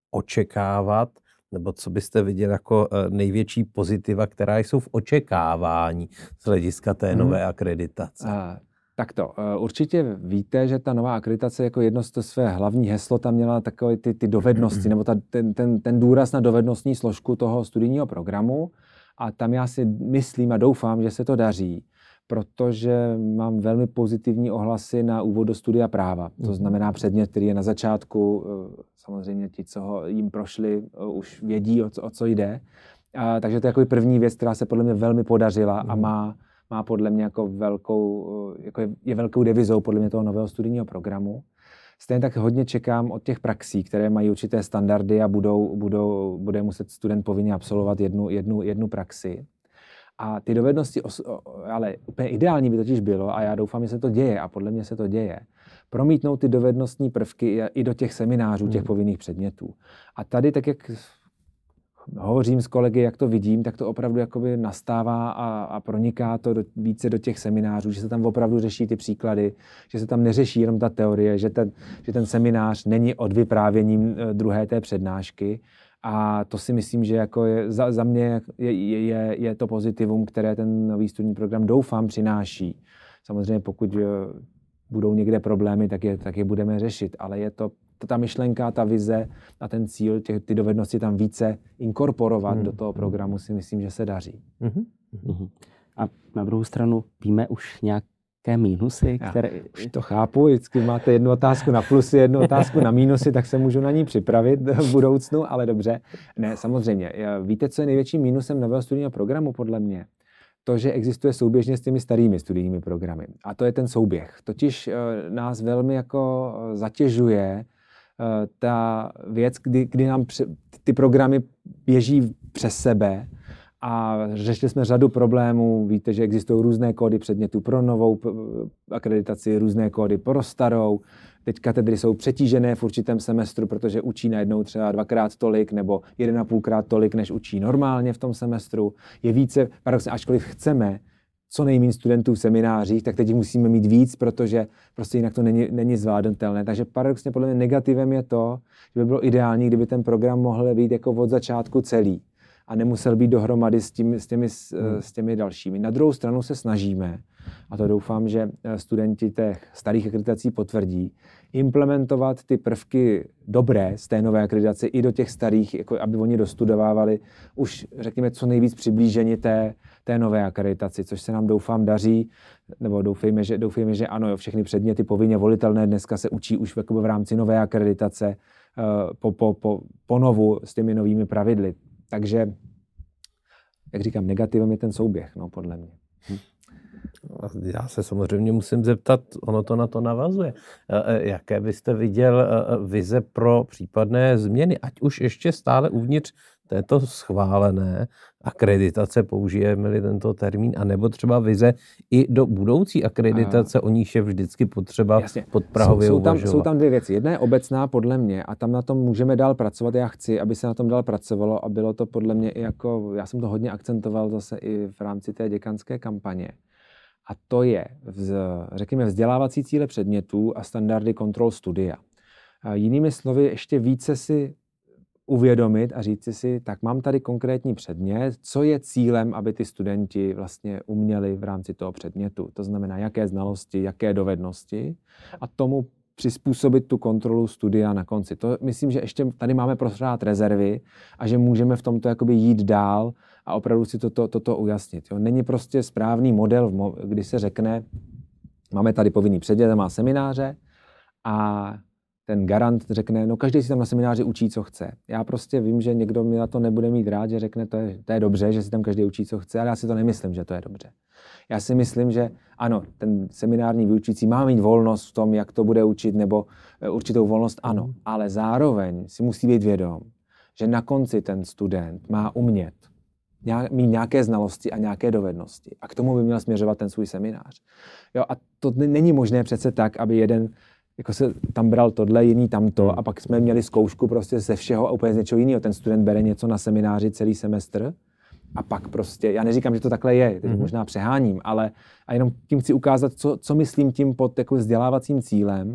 očekávat, nebo co byste viděl jako největší pozitiva, která jsou v očekávání z hlediska té nové hmm. akreditace? A, tak to, určitě víte, že ta nová akreditace jako jedno z to své hlavní heslo tam měla takové ty, ty dovednosti, nebo ta, ten, ten, ten důraz na dovednostní složku toho studijního programu. A tam já si myslím a doufám, že se to daří, protože mám velmi pozitivní ohlasy na úvod do studia práva. To znamená předmět, který je na začátku, samozřejmě ti, co ho jim prošli, už vědí, o co, o co jde. A, takže to je jako první věc, která se podle mě velmi podařila a má, má podle mě jako velkou, jako je, je velkou devizou podle mě toho nového studijního programu. Stejně tak hodně čekám od těch praxí, které mají určité standardy a budou, budou, bude muset student povinně absolvovat jednu, jednu, jednu praxi. A ty dovednosti, ale úplně ideální by totiž bylo, a já doufám, že se to děje, a podle mě se to děje, promítnout ty dovednostní prvky i do těch seminářů, těch povinných předmětů. A tady, tak jak hovořím s kolegy, jak to vidím, tak to opravdu jakoby nastává a, a proniká to do, více do těch seminářů, že se tam opravdu řeší ty příklady, že se tam neřeší jenom ta teorie, že ten, že ten seminář není odvyprávěním druhé té přednášky. A to si myslím, že jako je, za, za mě je, je, je to pozitivum, které ten nový studijní program doufám přináší. Samozřejmě pokud budou někde problémy, tak je, tak je budeme řešit, ale je to ta myšlenka, ta vize a ten cíl, těch, ty dovednosti tam více inkorporovat hmm. do toho programu, si myslím, že se daří. Hmm. Hmm. A na druhou stranu víme už nějaké mínusy, které... Já už to chápu, vždycky máte jednu otázku na plusy, jednu otázku na mínusy, tak se můžu na ní připravit v budoucnu, ale dobře. Ne, samozřejmě. Víte, co je největším mínusem nového studijního programu podle mě? To, že existuje souběžně s těmi starými studijními programy. A to je ten souběh. Totiž nás velmi jako zatěžuje ta věc, kdy, kdy nám ty programy běží přes sebe a řešili jsme řadu problémů. Víte, že existují různé kódy předmětů pro novou akreditaci, různé kódy pro starou. Teď katedry jsou přetížené v určitém semestru, protože učí najednou třeba dvakrát tolik nebo jeden a půlkrát tolik, než učí normálně v tom semestru. Je více, paradoxně, ačkoliv chceme co nejméně studentů v seminářích, tak teď jich musíme mít víc, protože prostě jinak to není, není zvládnutelné. Takže paradoxně podle mě negativem je to, že by bylo ideální, kdyby ten program mohl být jako od začátku celý a nemusel být dohromady s, tím, s, těmi, hmm. s těmi dalšími. Na druhou stranu se snažíme, a to doufám, že studenti těch starých akreditací potvrdí, implementovat ty prvky dobré z té nové akreditace i do těch starých, jako aby oni dostudovávali už, řekněme, co nejvíc přiblížení té, té nové akreditaci, což se nám doufám daří, nebo doufejme, že, doufejme, že ano, jo, všechny předměty povinně volitelné dneska se učí už v, v rámci nové akreditace uh, po, po, po, po novu s těmi novými pravidly. Takže, jak říkám, negativem je ten souběh, no, podle mě. Hm. Já se samozřejmě musím zeptat, ono to na to navazuje. Jaké byste viděl vize pro případné změny, ať už ještě stále uvnitř této schválené akreditace, použijeme-li tento termín, anebo třeba vize i do budoucí akreditace, o níž je vždycky potřeba podprahově jsou, jsou tam, uvažovat. Jsou tam dvě věci. Jedna je obecná podle mě a tam na tom můžeme dál pracovat. Já chci, aby se na tom dál pracovalo a bylo to podle mě i jako, já jsem to hodně akcentoval zase i v rámci té děkanské kampaně. A to je, vz, řekněme, vzdělávací cíle předmětů a standardy kontrol studia. A jinými slovy, ještě více si uvědomit a říct si, tak mám tady konkrétní předmět, co je cílem, aby ty studenti vlastně uměli v rámci toho předmětu. To znamená, jaké znalosti, jaké dovednosti a tomu přizpůsobit tu kontrolu studia na konci. To myslím, že ještě tady máme pořád rezervy a že můžeme v tomto jakoby jít dál a opravdu si toto, toto ujasnit. Jo. Není prostě správný model, kdy se řekne, máme tady povinný předmět, má semináře a ten garant řekne, no každý si tam na semináři učí, co chce. Já prostě vím, že někdo mě na to nebude mít rád, že řekne, to je, to je dobře, že si tam každý učí, co chce, ale já si to nemyslím, že to je dobře. Já si myslím, že ano, ten seminární vyučící má mít volnost v tom, jak to bude učit, nebo určitou volnost, ano, ale zároveň si musí být vědom, že na konci ten student má umět mít nějaké znalosti a nějaké dovednosti. A k tomu by měl směřovat ten svůj seminář. Jo, a to není možné přece tak, aby jeden jako se tam bral tohle, jiný tamto a pak jsme měli zkoušku prostě ze všeho a úplně z něčeho jiného. Ten student bere něco na semináři celý semestr a pak prostě, já neříkám, že to takhle je, teď mm-hmm. možná přeháním, ale a jenom tím chci ukázat, co, co myslím tím pod jako vzdělávacím cílem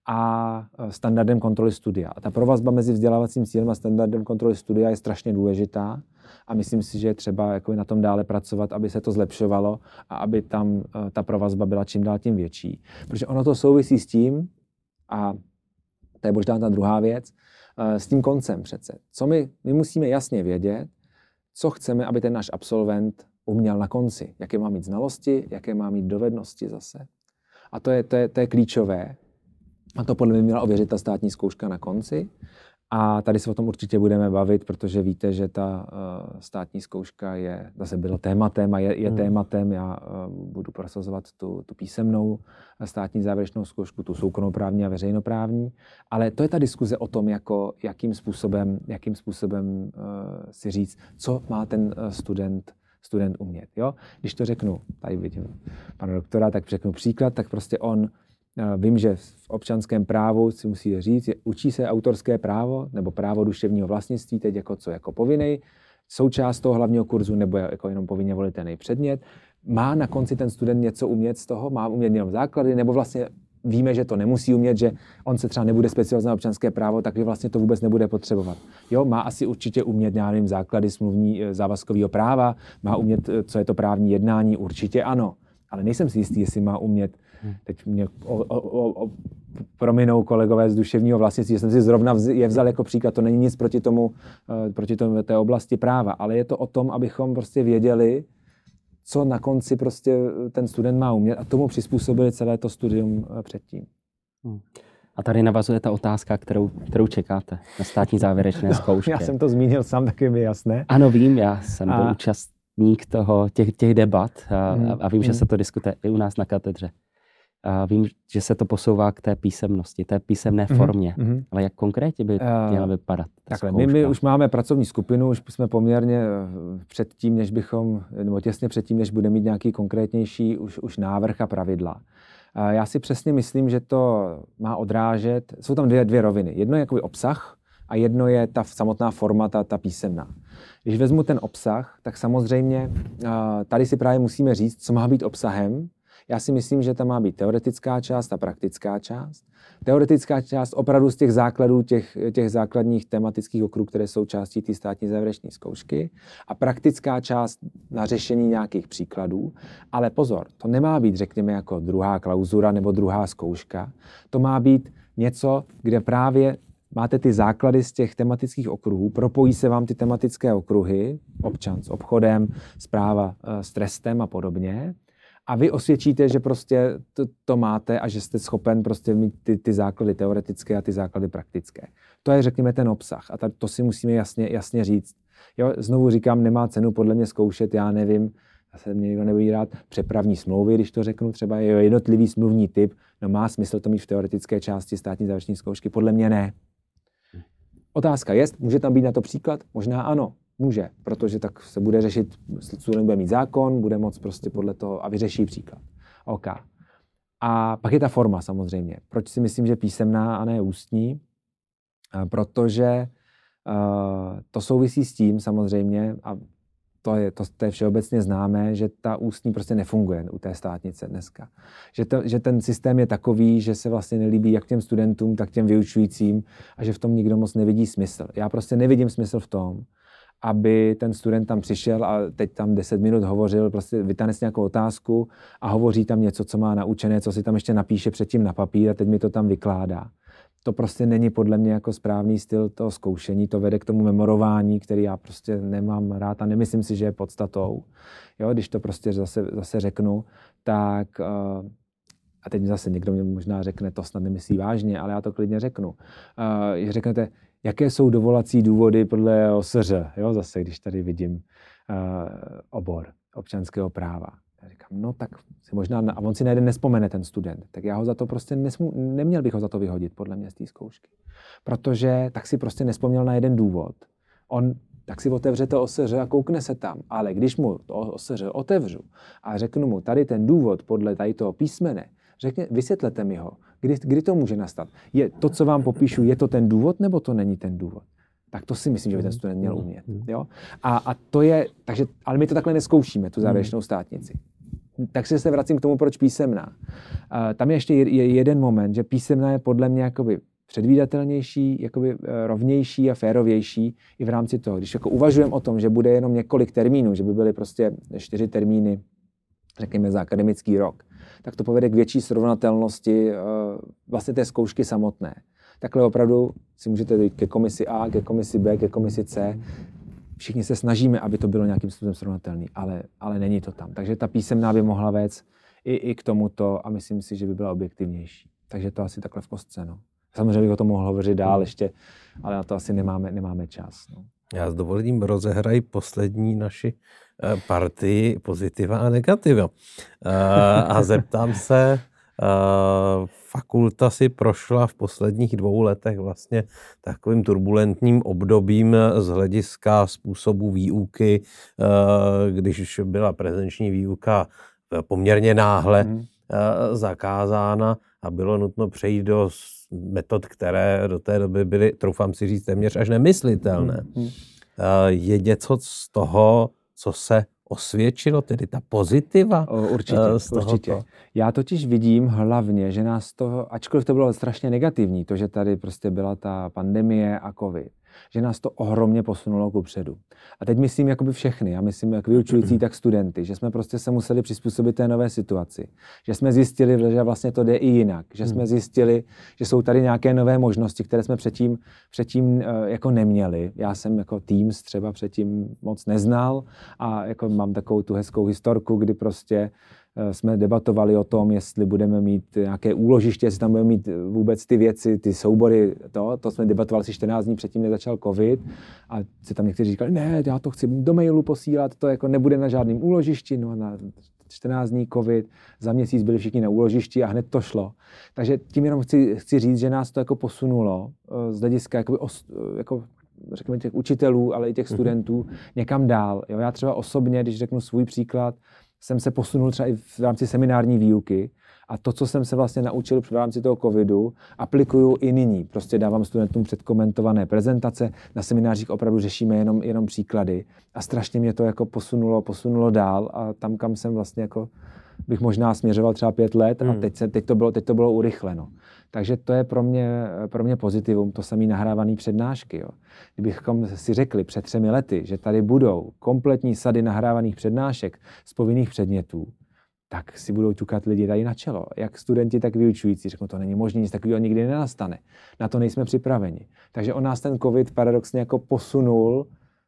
a standardem kontroly studia. A ta provazba mezi vzdělávacím cílem a standardem kontroly studia je strašně důležitá a myslím si, že je třeba jako na tom dále pracovat, aby se to zlepšovalo a aby tam ta provazba byla čím dál tím větší. Protože ono to souvisí s tím, a to je možná ta druhá věc, s tím koncem přece. Co my, my musíme jasně vědět, co chceme, aby ten náš absolvent uměl na konci. Jaké má mít znalosti, jaké má mít dovednosti zase. A to je, to je, to je klíčové. A to podle mě měla ověřit ta státní zkouška na konci. A tady se o tom určitě budeme bavit, protože víte, že ta uh, státní zkouška je, zase bylo tématem a je, je hmm. tématem. Já uh, budu prosazovat tu, tu písemnou státní závěrečnou zkoušku, tu soukromoprávní a veřejnoprávní. Ale to je ta diskuze o tom, jako, jakým způsobem, jakým způsobem uh, si říct, co má ten uh, student, student umět. Jo? Když to řeknu, tady vidím pana doktora, tak řeknu příklad, tak prostě on vím, že v občanském právu si musí říct, je, učí se autorské právo nebo právo duševního vlastnictví teď jako co, jako povinnej, součást toho hlavního kurzu nebo jako jenom povinně volitelný předmět. Má na konci ten student něco umět z toho? Má umět jenom základy? Nebo vlastně víme, že to nemusí umět, že on se třeba nebude specializovat na občanské právo, takže vlastně to vůbec nebude potřebovat. Jo, má asi určitě umět nějakým základy smluvní závazkového práva, má umět, co je to právní jednání, určitě ano. Ale nejsem si jistý, jestli má umět. Teď mě o, o, o, o, prominou kolegové z duševního vlastnictví, že jsem si zrovna vz, je vzal jako příklad. To není nic proti tomu, uh, proti tomu té oblasti práva, ale je to o tom, abychom prostě věděli, co na konci prostě ten student má umět a tomu přizpůsobili celé to studium uh, předtím. Hmm. A tady navazuje ta otázka, kterou, kterou čekáte na státní závěrečné zkoušky. No, já jsem to zmínil sám, taky mi jasné. Ano, vím, já jsem byl a... účastník toho, těch, těch debat a, hmm. a vím, hmm. že se to diskutuje i u nás na katedře. A vím, že se to posouvá k té písemnosti, té písemné Mhm, formě, mhm. ale jak konkrétně by Eh, měla vypadat ta Takhle, my, my zkouška? už máme pracovní skupinu, už jsme poměrně eh, před tím, než bychom, nebo těsně před tím, než bude mít nějaký konkrétnější už, už návrh a pravidla. A já si přesně myslím, že to má odrážet, jsou tam dvě, dvě roviny. Jedno je jakoby obsah a jedno je ta samotná forma, ta, ta písemná. Když vezmu ten obsah, tak samozřejmě eh, tady si právě musíme říct, co má být obsahem. Já si myslím, že tam má být teoretická část a praktická část. Teoretická část opravdu z těch základů, těch, těch základních tematických okruhů, které jsou částí té státní závěrečné zkoušky, a praktická část na řešení nějakých příkladů. Ale pozor, to nemá být, řekněme, jako druhá klauzura nebo druhá zkouška. To má být něco, kde právě máte ty základy z těch tematických okruhů, propojí se vám ty tematické okruhy, občan s obchodem, správa s trestem a podobně. A vy osvědčíte, že prostě to, to máte a že jste schopen prostě mít ty, ty základy teoretické a ty základy praktické. To je, řekněme, ten obsah. A ta, to si musíme jasně, jasně říct. Jo, znovu říkám, nemá cenu podle mě zkoušet, já nevím, zase mě někdo nebude rád, přepravní smlouvy, když to řeknu, třeba je jednotlivý smluvní typ, no má smysl to mít v teoretické části státní závěrečné zkoušky? Podle mě ne. Otázka je, může tam být na to příklad? Možná ano. Může, protože tak se bude řešit, student bude mít zákon, bude moct prostě podle toho a vyřeší příklad. OK. A pak je ta forma samozřejmě. Proč si myslím, že písemná a ne ústní? Protože uh, to souvisí s tím samozřejmě, a to je, to, to je všeobecně známé, že ta ústní prostě nefunguje u té státnice dneska. Že, to, že ten systém je takový, že se vlastně nelíbí jak těm studentům, tak těm vyučujícím a že v tom nikdo moc nevidí smysl. Já prostě nevidím smysl v tom, aby ten student tam přišel a teď tam deset minut hovořil, prostě vytáhne si nějakou otázku a hovoří tam něco, co má naučené, co si tam ještě napíše předtím na papír a teď mi to tam vykládá. To prostě není podle mě jako správný styl toho zkoušení, to vede k tomu memorování, který já prostě nemám rád a nemyslím si, že je podstatou. Jo, když to prostě zase, zase řeknu, tak a teď zase někdo mě možná řekne, to snad nemyslí vážně, ale já to klidně řeknu. Když řeknete, jaké jsou dovolací důvody podle O S R, jo, zase, když tady vidím uh, obor občanského práva. Já říkám, no tak si možná, a on si na jeden nespomene ten student, tak já ho za to prostě nesmu, neměl bych ho za to vyhodit, podle mě z té zkoušky. Protože tak si prostě nespomněl na jeden důvod. On tak si otevře to O S R a koukne se tam, ale když mu to O S R otevřu a řeknu mu tady ten důvod podle tady toho písmene, řekně, vysvětlete mi ho, kdy, kdy to může nastat. Je to, co vám popíšu, je to ten důvod, nebo to není ten důvod? Tak to si myslím, že by ten student měl umět. Jo? A, a to je, takže, ale my to takhle neskoušíme, tu závěrečnou státnici. Takže se vracím k tomu, proč písemná. A tam je ještě jeden moment, že písemná je podle mě jakoby předvídatelnější, jakoby rovnější a férovější i v rámci toho. Když jako uvažujeme o tom, že bude jenom několik termínů, že by byly prostě čtyři termíny, řekněme, za akademický rok, tak to povede k větší srovnatelnosti vlastně té zkoušky samotné. Takhle opravdu si můžete jít ke komisi A, ke komisi B, ke komisi C. Všichni se snažíme, aby to bylo nějakým způsobem srovnatelný, ale, ale není to tam. Takže ta písemná by mohla vést i, i k tomuto a myslím si, že by byla objektivnější. Takže to asi takhle v kostce. No. Samozřejmě bych o tom mohl hovořit dál ještě, ale na to asi nemáme, nemáme čas. No. Já s dovolením rozehraji poslední naši partii pozitiva a negativa. A zeptám se, fakulta si prošla v posledních dvou letech vlastně takovým turbulentním obdobím z hlediska způsobu výuky, když byla prezenční výuka poměrně náhle hmm. zakázána a bylo nutno přejít do metod, které do té doby byly, troufám si říct, téměř až nemyslitelné. Hmm. Je něco z toho, co se osvědčilo, tedy ta pozitiva? Určitě, určitě. Já totiž vidím hlavně, že nás to, ačkoliv to bylo strašně negativní, to, že tady prostě byla ta pandemie a covid, že nás to ohromně posunulo kupředu. A teď myslím jakoby všechny, já myslím jak vyučující, tak studenty, že jsme prostě se museli přizpůsobit té nové situaci. Že jsme zjistili, že vlastně to jde i jinak. Že jsme zjistili, že jsou tady nějaké nové možnosti, které jsme předtím, předtím jako neměli. Já jsem jako Teams třeba předtím moc neznal a jako mám takovou tu hezkou historku, kdy prostě jsme debatovali o tom, jestli budeme mít nějaké úložiště, jestli tam budeme mít vůbec ty věci, ty soubory, to, to jsme debatovali si čtrnáct dní předtím, než začal covid a se tam někteří říkali, ne, já to chci do mailu posílat, to jako nebude na žádném úložišti, no a na čtrnáct dní covid, za měsíc byli všichni na úložišti a hned to šlo. Takže tím jenom chci, chci říct, že nás to jako posunulo z hlediska jakoby os, jako řekněme těch učitelů, ale i těch studentů někam dál. Jo, já třeba osobně, když řeknu svůj příklad, jsem se posunul třeba i v rámci seminární výuky a to, co jsem se vlastně naučil v rámci toho covidu, aplikuju i nyní. Prostě dávám studentům předkomentované prezentace, na seminářích opravdu řešíme jenom, jenom příklady a strašně mě to jako posunulo, posunulo dál a tam, kam jsem vlastně jako bych možná směřoval třeba pět let a teď, se, teď, to bylo, teď to bylo urychleno. Takže to je pro mě, pro mě pozitivum, to samý nahrávaný přednášky. Jo. Kdybychom si řekli před třemi lety, že tady budou kompletní sady nahrávaných přednášek z povinných předmětů, tak si budou ťukat lidi tady na čelo. Jak studenti, tak vyučující. Řeknou, to není možné, nic takového nikdy nenastane. Na to nejsme připraveni. Takže on nás ten covid paradoxně jako posunul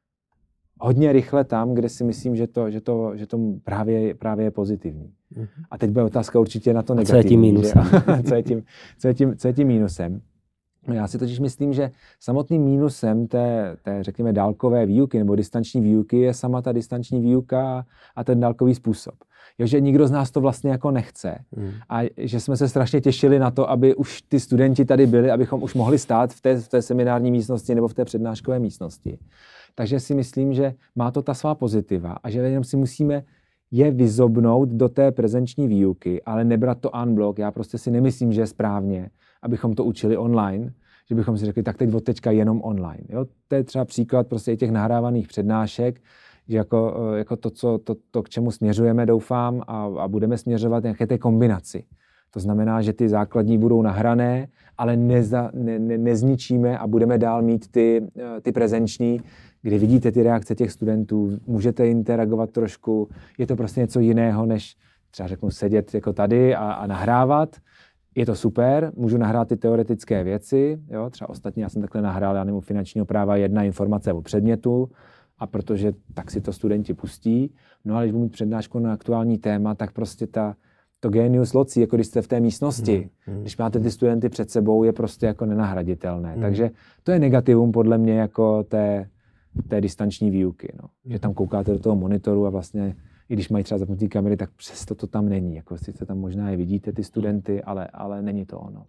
hodně rychle tam, kde si myslím, že to, že to, že to právě, právě je pozitivní. Mm-hmm. A teď bude otázka určitě na to negativní. Co je tím mínusem? co, je tím, co, je tím, co je tím mínusem? No já si totiž myslím, že samotným mínusem té, té, řekněme, dálkové výuky nebo distanční výuky je sama ta distanční výuka a ten dálkový způsob. Jo, že nikdo z nás to vlastně jako nechce. Mm. A že jsme se strašně těšili na to, aby už ty studenti tady byli, abychom už mohli stát v té, v té seminární místnosti nebo v té přednáškové místnosti. Takže si myslím, že má to ta svá pozitiva a že jenom si musíme je vyzobnout do té prezenční výuky, ale nebrat to en bloc. Já prostě si nemyslím, že je správně, abychom to učili online, že bychom si řekli, tak teď od teďka jenom online. Jo? To je třeba příklad prostě těch nahrávaných přednášek, že jako, jako to, co, to, to, k čemu směřujeme, doufám, a, a budeme směřovat nějaké té kombinaci. To znamená, že ty základní budou nahrané, ale neza, ne, ne, nezničíme a budeme dál mít ty, ty prezenční, kdy vidíte ty reakce těch studentů, můžete interagovat trošku, je to prostě něco jiného, než třeba řeknu sedět jako tady a, a nahrávat. Je to super, můžu nahrát ty teoretické věci, jo, třeba ostatně já jsem takhle nahrál, já nevím, finančního práva jedna informace o předmětu, a protože tak si to studenti pustí, no ale když budu mít přednášku na aktuální téma, tak prostě ta, to genius loci, jako když jste v té místnosti, hmm, hmm. když máte ty studenty před sebou, je prostě jako nenahraditelné. Hmm. Takže to je negativum podle mě jako té, té distanční výuky, no. Že tam koukáte do toho monitoru a vlastně, i když mají třeba zapnutý kamery, tak přesto to tam není. Jako sice tam možná je vidíte ty studenty, ale, ale není to ono.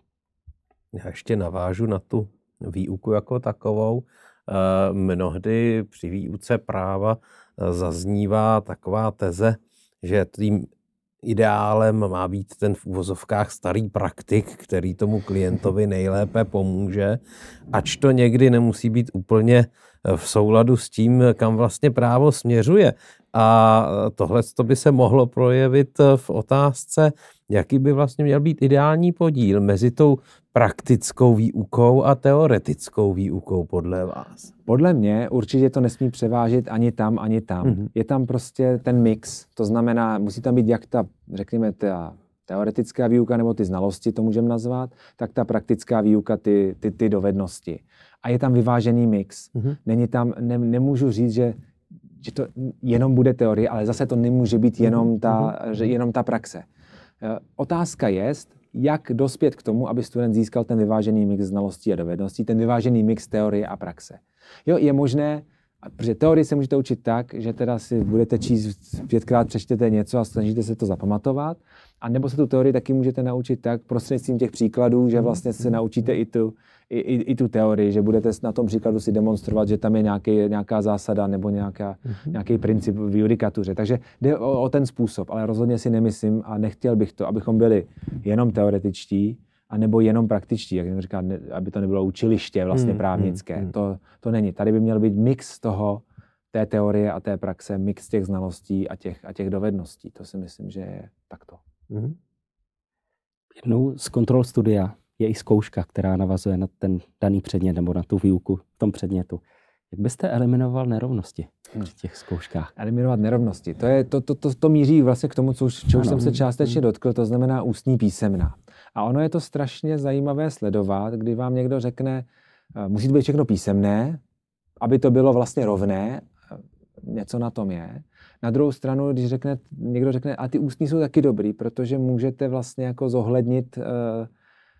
Já ještě navážu na tu výuku jako takovou. E, mnohdy při výuce práva zaznívá taková teze, že tím ideálem má být ten v uvozovkách starý praktik, který tomu klientovi nejlépe pomůže, ač to někdy nemusí být úplně v souladu s tím, kam vlastně právo směřuje. A tohle by se mohlo projevit v otázce, jaký by vlastně měl být ideální podíl mezi tou praktickou výukou a teoretickou výukou podle vás. Podle mě určitě to nesmí převážit ani tam, ani tam. Mm-hmm. Je tam prostě ten mix, to znamená, musí tam být jak ta, řekněme, ta teoretická výuka, nebo ty znalosti, to můžeme nazvat, tak ta praktická výuka, ty, ty, ty dovednosti. A je tam vyvážený mix. Mm-hmm. Není tam, ne, nemůžu říct, že že to jenom bude teorie, ale zase to nemůže být jenom ta, že jenom ta praxe. Otázka je, jak dospět k tomu, aby student získal ten vyvážený mix znalostí a dovedností, ten vyvážený mix teorie a praxe. Jo, je možné, protože teorii se můžete učit tak, že teda si budete číst pětkrát, přečtěte něco a snažíte se to zapamatovat, a nebo se tu teorii taky můžete naučit tak prostřednictvím těch příkladů, že vlastně se naučíte i tu, i, i, i tu teorii, že budete na tom příkladu si demonstrovat, že tam je nějaký, nějaká zásada nebo nějaká, mm-hmm. nějaký princip v judikatuře. Takže jde o, o ten způsob, ale rozhodně si nemyslím a nechtěl bych to, abychom byli jenom teoretičtí, anebo jenom praktičtí, jak říká, ne, aby to nebylo učiliště vlastně právnické. Mm, mm, to, to není. Tady by měl být mix toho, té teorie a té praxe, mix těch znalostí a těch, a těch dovedností. To si myslím, že je takto. Mm. Jednou z kontrol studia je i zkouška, která navazuje na ten daný předmět nebo na tu výuku v tom předmětu. Jak byste eliminoval nerovnosti v těch zkouškách? Eliminovat nerovnosti. To, je, to, to, to, to míří vlastně k tomu, co už, čo už jsem se částečně dotkl, to znamená ústní písemná. A ono je to strašně zajímavé sledovat, kdy vám někdo řekne, musí to být všechno písemné, aby to bylo vlastně rovné, něco na tom je. Na druhou stranu, když řekne, někdo řekne, a ty ústní jsou taky dobrý, protože můžete vlastně jako zohlednit uh,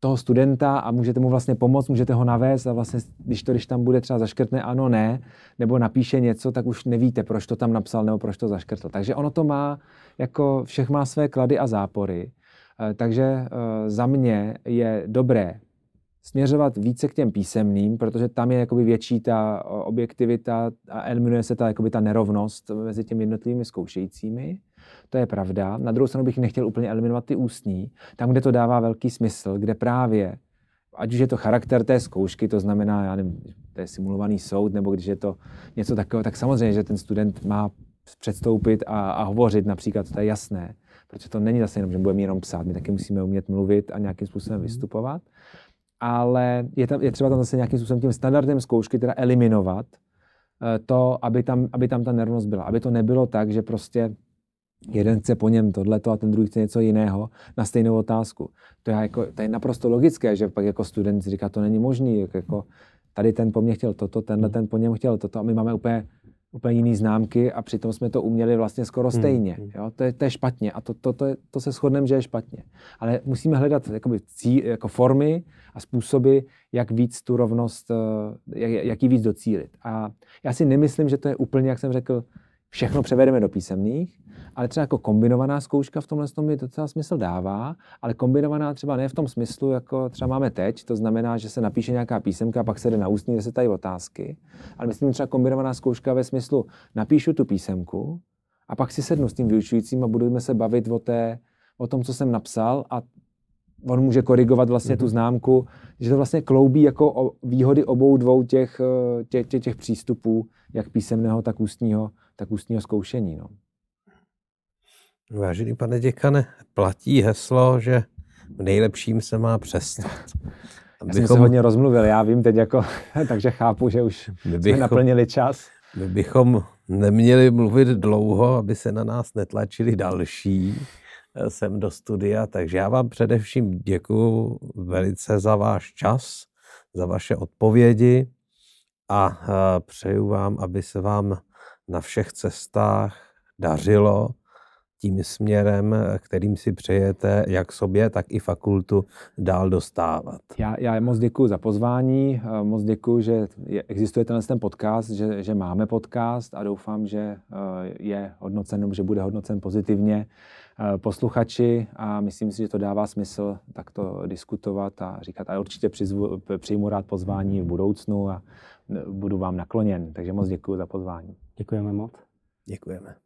toho studenta a můžete mu vlastně pomoct, můžete ho navést a vlastně, když to, když tam bude třeba zaškrtne ano, ne, nebo napíše něco, tak už nevíte, proč to tam napsal nebo proč to zaškrtl. Takže ono to má, jako všech má své klady a zápory. Takže za mě je dobré směřovat více k těm písemným, protože tam je jakoby větší ta objektivita a eliminuje se ta, jakoby ta nerovnost mezi těmi jednotlivými zkoušejícími. To je pravda. Na druhou stranu bych nechtěl úplně eliminovat ty ústní. Tam, kde to dává velký smysl, kde právě, ať už je to charakter té zkoušky, to znamená, já nevím, to je simulovaný soud, nebo když je to něco takového, tak samozřejmě, že ten student má předstoupit a, a hovořit například, to je jasné. Protože to není zase jenom, že budeme jenom psát, my taky musíme umět mluvit a nějakým způsobem vystupovat. Ale je, tam, je třeba tam zase nějakým způsobem tím standardem zkoušky teda eliminovat to, aby tam, aby tam ta nerovnost byla. Aby to nebylo tak, že prostě jeden chce po něm tohleto a ten druhý chce něco jiného na stejnou otázku. To je, jako, to je naprosto logické, že pak jako student říká, to není možný. Jako, tady ten po mně chtěl toto, tenhle ten po něm chtěl toto a my máme úplně, úplně jiný známky a přitom jsme to uměli vlastně skoro stejně. Jo? To, je, to je špatně a to, to, to, je, to se shodneme, že je špatně. Ale musíme hledat jakoby, cí, jako formy a způsoby, jak víc tu rovnost, jak, jak ji víc docílit. A já si nemyslím, že to je úplně, jak jsem řekl, všechno převedeme do písemných, ale třeba jako kombinovaná zkouška v tomhle tom mi docela smysl dává, ale kombinovaná třeba ne v tom smyslu, jako třeba máme teď, to znamená, že se napíše nějaká písemka a pak se jde na ústní, kde se tady otázky, ale myslím třeba kombinovaná zkouška ve smyslu, napíšu tu písemku a pak si sednu s tím vyučujícím a budeme se bavit o, té, o tom, co jsem napsal a on může korigovat vlastně mm-hmm. tu známku, že to vlastně kloubí jako výhody obou dvou těch, těch, těch, těch přístupů, jak písemného, tak ústního, tak ústního zkoušení. No. Vážený pane děkane, platí heslo, že v nejlepším se má přestat. Já jsem se hodně rozmluvil, já vím teď jako, takže chápu, že už bychom, jsme naplnili čas. My bychom neměli mluvit dlouho, aby se na nás netlačili další sem do studia, takže já vám především děkuju velice za váš čas, za vaše odpovědi a přeju vám, aby se vám na všech cestách dařilo tím směrem, kterým si přejete, jak sobě, tak i fakultu dál dostávat. Já, já moc děkuji za pozvání, moc děkuji, že existuje tenhle ten podcast, že, že máme podcast a doufám, že je hodnocen, že bude hodnocen pozitivně posluchači a myslím si, že to dává smysl takto diskutovat a říkat a určitě přizvu, přijmu rád pozvání v budoucnu a budu vám nakloněn. Takže moc děkuji za pozvání. Děkujeme moc. Děkujeme.